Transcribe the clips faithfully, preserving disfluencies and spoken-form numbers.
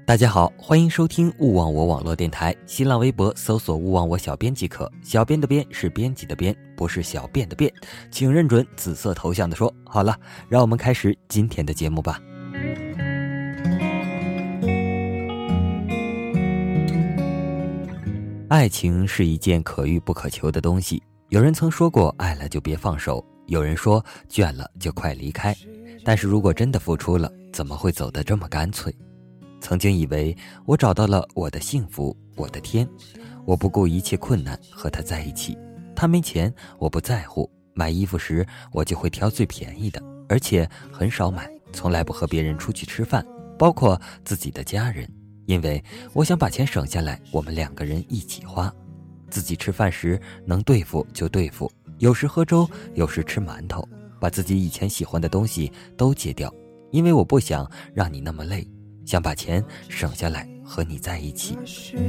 大家好，欢迎收听勿忘我网络电台，新浪微博搜索勿忘我小编即可，小编的编是编辑的编，不是小便的便，请认准紫色头像的说。好了，让我们开始今天的节目吧。爱情是一件可遇不可求的东西，有人曾说过爱了就别放手，有人说倦了就快离开，但是如果真的付出了，怎么会走得这么干脆？曾经以为我找到了我的幸福，我的天，我不顾一切困难和他在一起。他没钱我不在乎，买衣服时我就会挑最便宜的，而且很少买，从来不和别人出去吃饭，包括自己的家人，因为我想把钱省下来，我们两个人一起花。自己吃饭时能对付就对付，有时喝粥，有时吃馒头，把自己以前喜欢的东西都戒掉，因为我不想让你那么累，想把钱省下来和你在一起。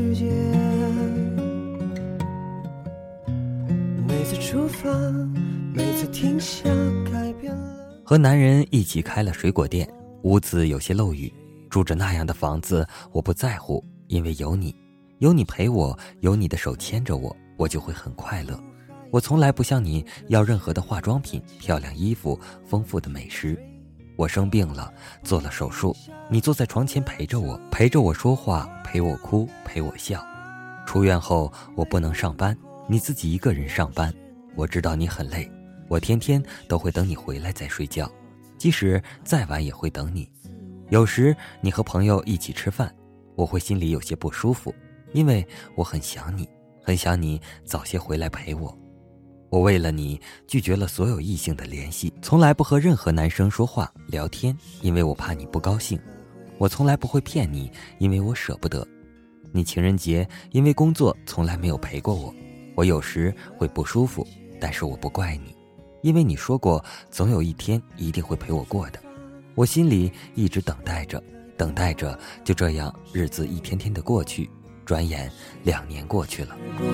每次出发，每次停下，改变了。和男人一起开了水果店，屋子有些漏雨，住着那样的房子我不在乎，因为有你，有你陪我，有你的手牵着我，我就会很快乐。我从来不向你要任何的化妆品、漂亮衣服、丰富的美食。我生病了，做了手术，你坐在床前陪着我，陪着我说话，陪我哭，陪我笑。出院后我不能上班，你自己一个人上班，我知道你很累，我天天都会等你回来再睡觉，即使再晚也会等你。有时你和朋友一起吃饭，我会心里有些不舒服，因为我很想你，很想你早些回来陪我。我为了你拒绝了所有异性的联系，从来不和任何男生说话聊天，因为我怕你不高兴。我从来不会骗你，因为我舍不得。你情人节因为工作从来没有陪过我，我有时会不舒服，但是我不怪你，因为你说过总有一天一定会陪我过的。我心里一直等待着，等待着，就这样日子一天天的过去，转眼两年过去了。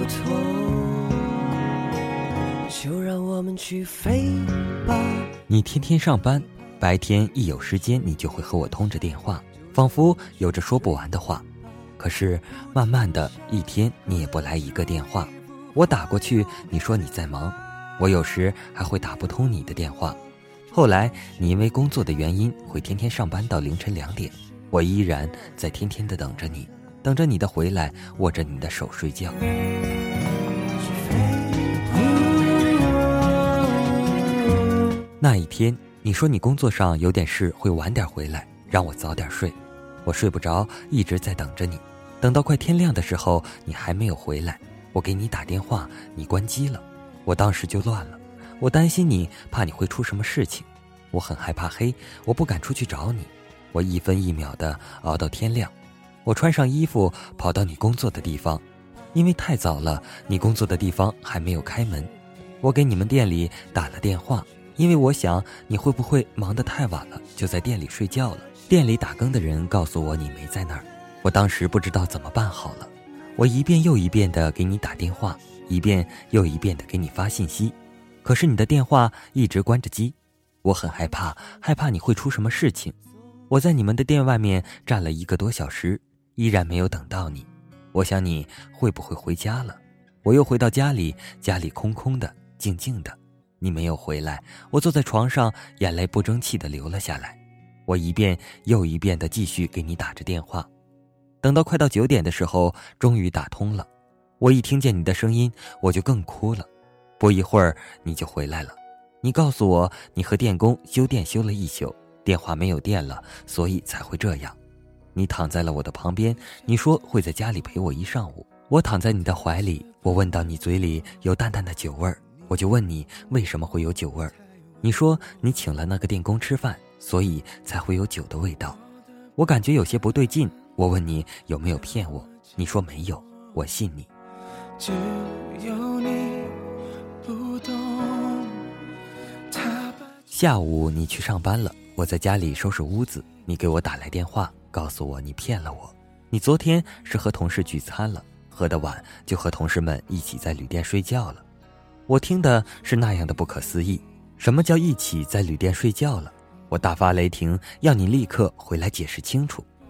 就让我们去飞吧。你天天上班，白天一有时间你就会和我通着电话，仿佛有着说不完的话。可是慢慢的一天你也不来一个电话，我打过去你说你在忙，我有时还会打不通你的电话。后来你因为工作的原因会天天上班到凌晨两点，我依然在天天的等着你，等着你的回来，握着你的手睡觉。那一天你说你工作上有点事会晚点回来，让我早点睡，我睡不着，一直在等着你，等到快天亮的时候你还没有回来，我给你打电话你关机了，我当时就乱了，我担心你，怕你会出什么事情，我很害怕黑，我不敢出去找你，我一分一秒的熬到天亮，我穿上衣服跑到你工作的地方，因为太早了，你工作的地方还没有开门，我给你们店里打了电话，因为我想你会不会忙得太晚了，就在店里睡觉了。店里打更的人告诉我你没在那儿，我当时不知道怎么办好了，我一遍又一遍的给你打电话，一遍又一遍的给你发信息，可是你的电话一直关着机，我很害怕，害怕你会出什么事情。我在你们的店外面站了一个多小时，依然没有等到你，我想你会不会回家了。我又回到家里，家里空空的，静静的，你没有回来，我坐在床上，眼泪不争气地流了下来。我一遍又一遍地继续给你打着电话，等到快到九点的时候，终于打通了。我一听见你的声音，我就更哭了。不一会儿你就回来了，你告诉我你和电工修电修了一宿，电话没有电了，所以才会这样。你躺在了我的旁边，你说会在家里陪我一上午。我躺在你的怀里，我闻到你嘴里有淡淡的酒味儿，我就问你为什么会有酒味儿。你说你请了那个电工吃饭，所以才会有酒的味道。我感觉有些不对劲，我问你有没有骗我，你说没有，我信你。只有你不懂。下午你去上班了，我在家里收拾屋子，你给我打来电话，告诉我你骗了我。你昨天是和同事聚餐了，喝得晚就和同事们一起在旅店睡觉了。我听的是那样的不可思议，什么叫一起在旅店睡觉了？我大发雷霆，要你立刻回来解释清楚。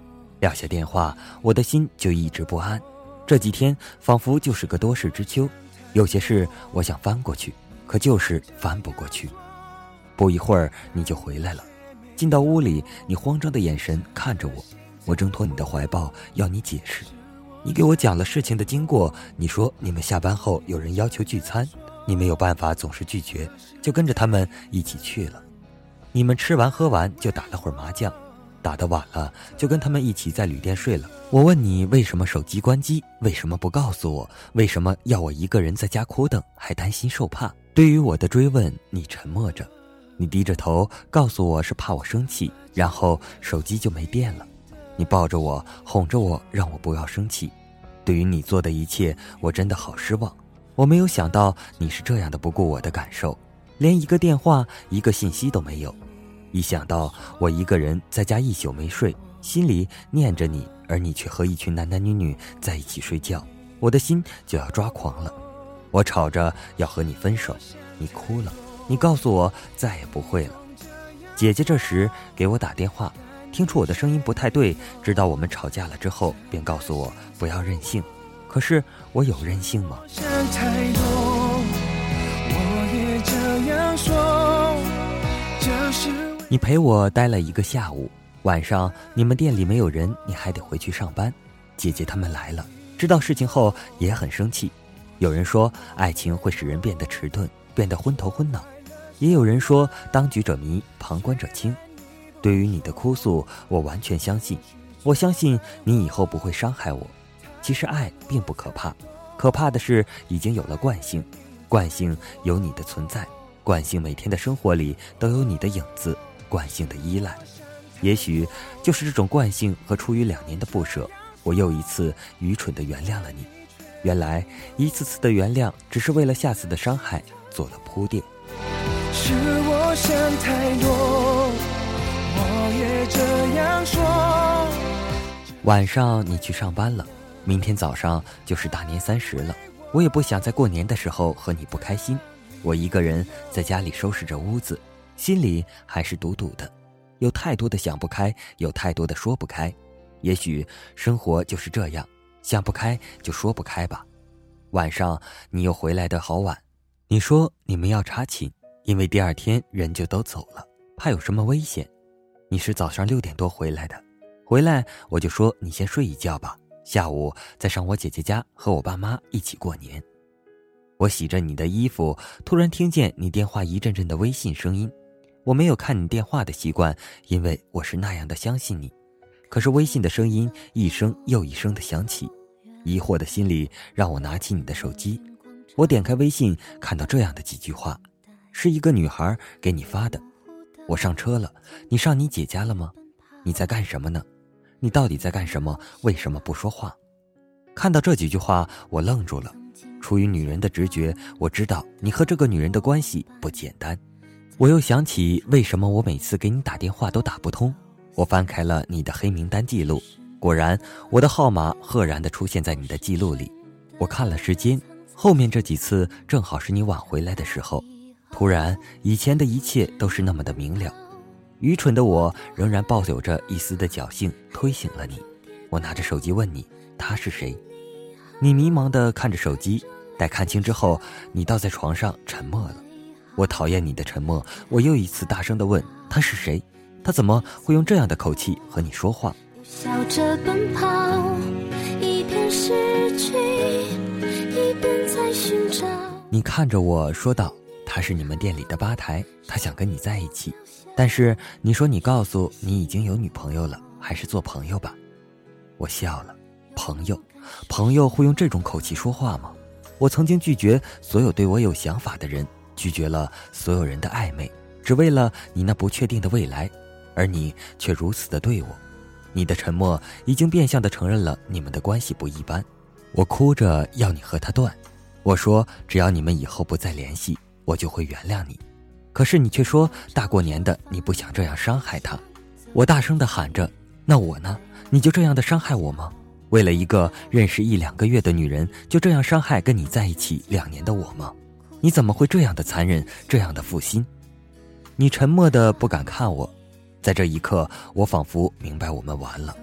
撂下电话，我的心就一直不安。这几天仿佛就是个多事之秋，有些事我想翻过去，可就是翻不过去。不一会儿你就回来了，进到屋里，你慌张的眼神看着我，我挣脱你的怀抱，要你解释。你给我讲了事情的经过，你说你们下班后有人要求聚餐，你没有办法总是拒绝，就跟着他们一起去了。你们吃完喝完就打了会儿麻将，打得晚了就跟他们一起在旅店睡了。我问你为什么手机关机，为什么不告诉我，为什么要我一个人在家苦等，还担心受怕。对于我的追问，你沉默着，你低着头告诉我是怕我生气，然后手机就没电了。你抱着我哄着我，让我不要生气。对于你做的一切，我真的好失望。我没有想到你是这样的不顾我的感受，连一个电话一个信息都没有。一想到我一个人在家一宿没睡，心里念着你，而你却和一群男男女女在一起睡觉，我的心就要抓狂了。我吵着要和你分手，你哭了，你告诉我再也不会了。姐姐这时给我打电话，听出我的声音不太对，知道我们吵架了之后，便告诉我不要任性。可是我有任性吗？ 想太多，我也这样说，这是你陪我待了一个下午，晚上你们店里没有人，你还得回去上班。姐姐他们来了，知道事情后也很生气。有人说爱情会使人变得迟钝，变得昏头昏脑，也有人说当局者迷，旁观者清。对于你的哭诉，我完全相信，我相信你以后不会伤害我。其实爱并不可怕，可怕的是已经有了惯性，惯性有你的存在，惯性每天的生活里都有你的影子，惯性的依赖。也许就是这种惯性和出于两年的不舍，我又一次愚蠢地原谅了你。原来一次次的原谅只是为了下次的伤害做了铺垫。 是我想太多，我也这样说。 晚上你去上班了，明天早上就是大年三十了，我也不想在过年的时候和你不开心。我一个人在家里收拾着屋子，心里还是堵堵的，有太多的想不开，有太多的说不开。也许生活就是这样，想不开就说不开吧。晚上你又回来的好晚，你说你们要查寝，因为第二天人就都走了，怕有什么危险。你是早上六点多回来的，回来我就说你先睡一觉吧，下午再上我姐姐家和我爸妈一起过年。我洗着你的衣服，突然听见你电话一阵阵的微信声音。我没有看你电话的习惯，因为我是那样的相信你。可是微信的声音一声又一声的响起，疑惑的心里让我拿起你的手机。我点开微信，看到这样的几句话，是一个女孩给你发的。我上车了，你上你姐家了吗？你在干什么呢？你到底在干什么？为什么不说话？看到这几句话，我愣住了。出于女人的直觉，我知道你和这个女人的关系不简单。我又想起为什么我每次给你打电话都打不通。我翻开了你的黑名单记录，果然我的号码赫然地出现在你的记录里。我看了时间，后面这几次正好是你晚回来的时候。突然以前的一切都是那么的明了。愚蠢的我仍然抱有着一丝的侥幸，推醒了你。我拿着手机问你，他是谁？你迷茫地看着手机，待看清之后，你倒在床上沉默了。我讨厌你的沉默，我又一次大声地问，他是谁？他怎么会用这样的口气和你说话？ 笑着奔跑，一边失去，一边在寻找。 你看着我说道，他是你们店里的吧台，他想跟你在一起，但是你说你告诉你已经有女朋友了，还是做朋友吧。我笑了，朋友朋友会用这种口气说话吗？我曾经拒绝所有对我有想法的人，拒绝了所有人的暧昧，只为了你那不确定的未来，而你却如此的对我。你的沉默已经变相的承认了你们的关系不一般。我哭着要你和他断，我说只要你们以后不再联系，我就会原谅你。可是你却说大过年的你不想这样伤害他。我大声地喊着，那我呢？你就这样的伤害我吗？为了一个认识一两个月的女人，就这样伤害跟你在一起两年的我吗？你怎么会这样的残忍，这样的负心？你沉默的不敢看我。在这一刻，我仿佛明白我们完了。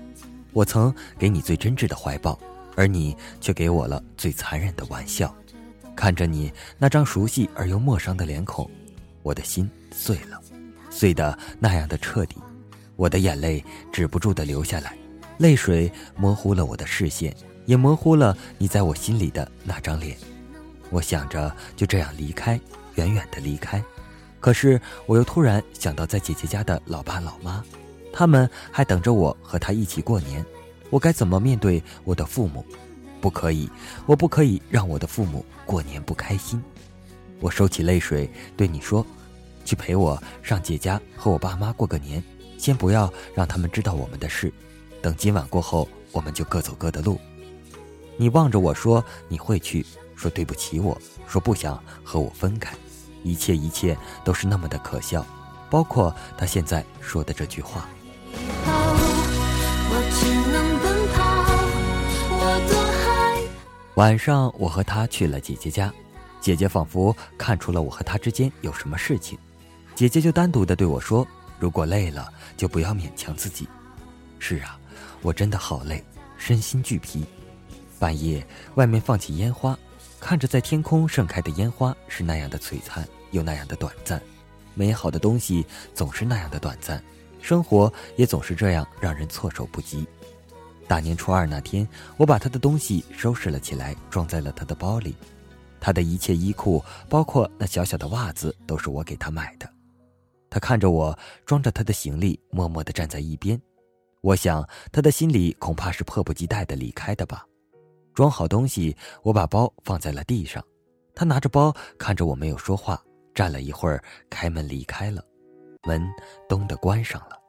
我曾给你最真挚的怀抱，而你却给我了最残忍的玩笑。看着你那张熟悉而又陌生的脸孔，我的心碎了，碎得那样的彻底。我的眼泪止不住地流下来，泪水模糊了我的视线，也模糊了你在我心里的那张脸。我想着就这样离开，远远地离开。可是我又突然想到在姐姐家的老爸老妈，他们还等着我和他一起过年，我该怎么面对我的父母？不可以，我不可以让我的父母过年不开心。我收起泪水对你说，去陪我上姐家和我爸妈过个年，先不要让他们知道我们的事，等今晚过后我们就各走各的路。你望着我说你会去，说对不起我，说不想和我分开，一切一切都是那么的可笑，包括他现在说的这句话。晚上我和他去了姐姐家，姐姐仿佛看出了我和他之间有什么事情，姐姐就单独的对我说，如果累了就不要勉强自己。是啊，我真的好累，身心俱疲。半夜外面放起烟花，看着在天空盛开的烟花是那样的璀璨又那样的短暂，美好的东西总是那样的短暂，生活也总是这样让人措手不及。大年初二那天，我把他的东西收拾了起来，装在了他的包里。他的一切衣裤，包括那小小的袜子，都是我给他买的。他看着我装着他的行李，默默地站在一边。我想他的心里恐怕是迫不及待地离开的吧。装好东西，我把包放在了地上。他拿着包看着我没有说话，站了一会儿，开门离开了。门咚地关上了。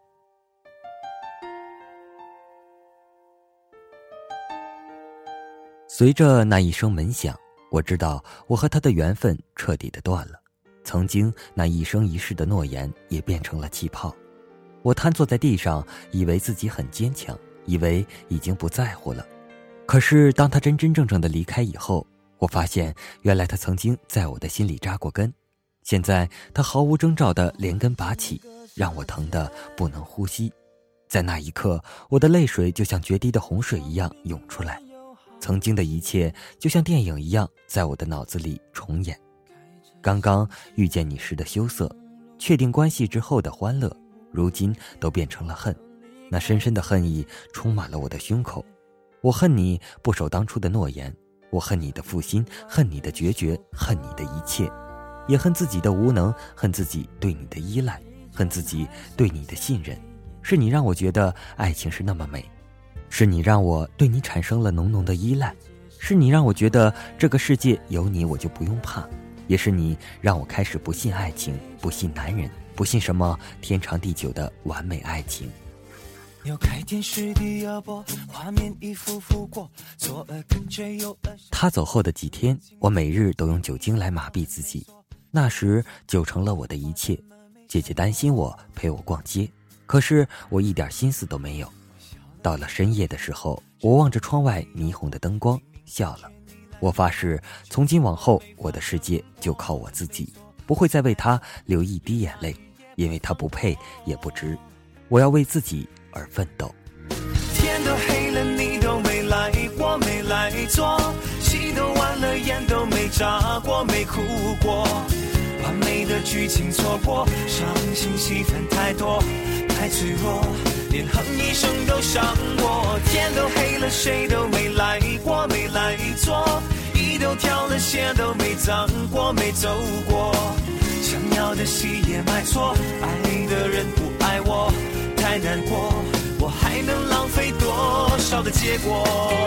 随着那一声门响，我知道我和他的缘分彻底的断了。曾经那一生一世的诺言也变成了气泡。我瘫坐在地上，以为自己很坚强，以为已经不在乎了。可是当他真真正正的离开以后，我发现原来他曾经在我的心里扎过根，现在他毫无征兆的连根拔起，让我疼得不能呼吸。在那一刻，我的泪水就像决堤的洪水一样涌出来，曾经的一切就像电影一样在我的脑子里重演。刚刚遇见你时的羞涩，确定关系之后的欢乐，如今都变成了恨。那深深的恨意充满了我的胸口。我恨你不守当初的诺言，我恨你的负心，恨你的决绝，恨你的一切，也恨自己的无能，恨自己对你的依赖，恨自己对你的信任。是你让我觉得爱情是那么美，是你让我对你产生了浓浓的依赖，是你让我觉得这个世界有你我就不用怕，也是你让我开始不信爱情，不信男人，不信什么天长地久的完美爱情。 有开电视的要播，画面一幅幅过，左耳跟着右耳。 他走后的几天，我每日都用酒精来麻痹自己，那时酒成了我的一切。姐姐担心我，陪我逛街，可是我一点心思都没有。到了深夜的时候，我望着窗外霓虹的灯光笑了。我发誓从今往后，我的世界就靠我自己，不会再为他流一滴眼泪，因为他不配也不值。我要为自己而奋斗。 天都黑了，你都没来，我没来做，戏都完了，眼都没眨过，没哭过，完美的剧情错过，伤心戏份太多，太脆弱，连哼一声都伤我。天都黑了，谁都没来过，没来做，衣都挑了，鞋都没脏过，没走过，想要的戏也买错，爱的人不爱我，太难过，我还能浪费多少的结果。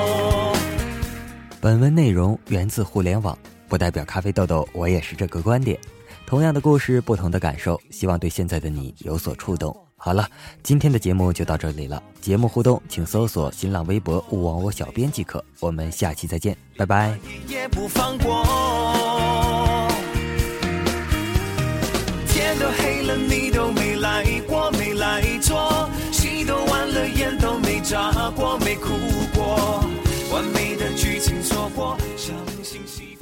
本文内容源自互联网，不代表咖啡豆豆我也是这个观点。同样的故事，不同的感受，希望对现在的你有所触动。好了，今天的节目就到这里了。节目互动请搜索新浪微博勿忘我小编即可。我们下期再见，拜拜。 也不放过，天都黑了，你都没来过，没来做，戏都完了，眼都没眨过，没哭过，完美的剧情错过，伤心戏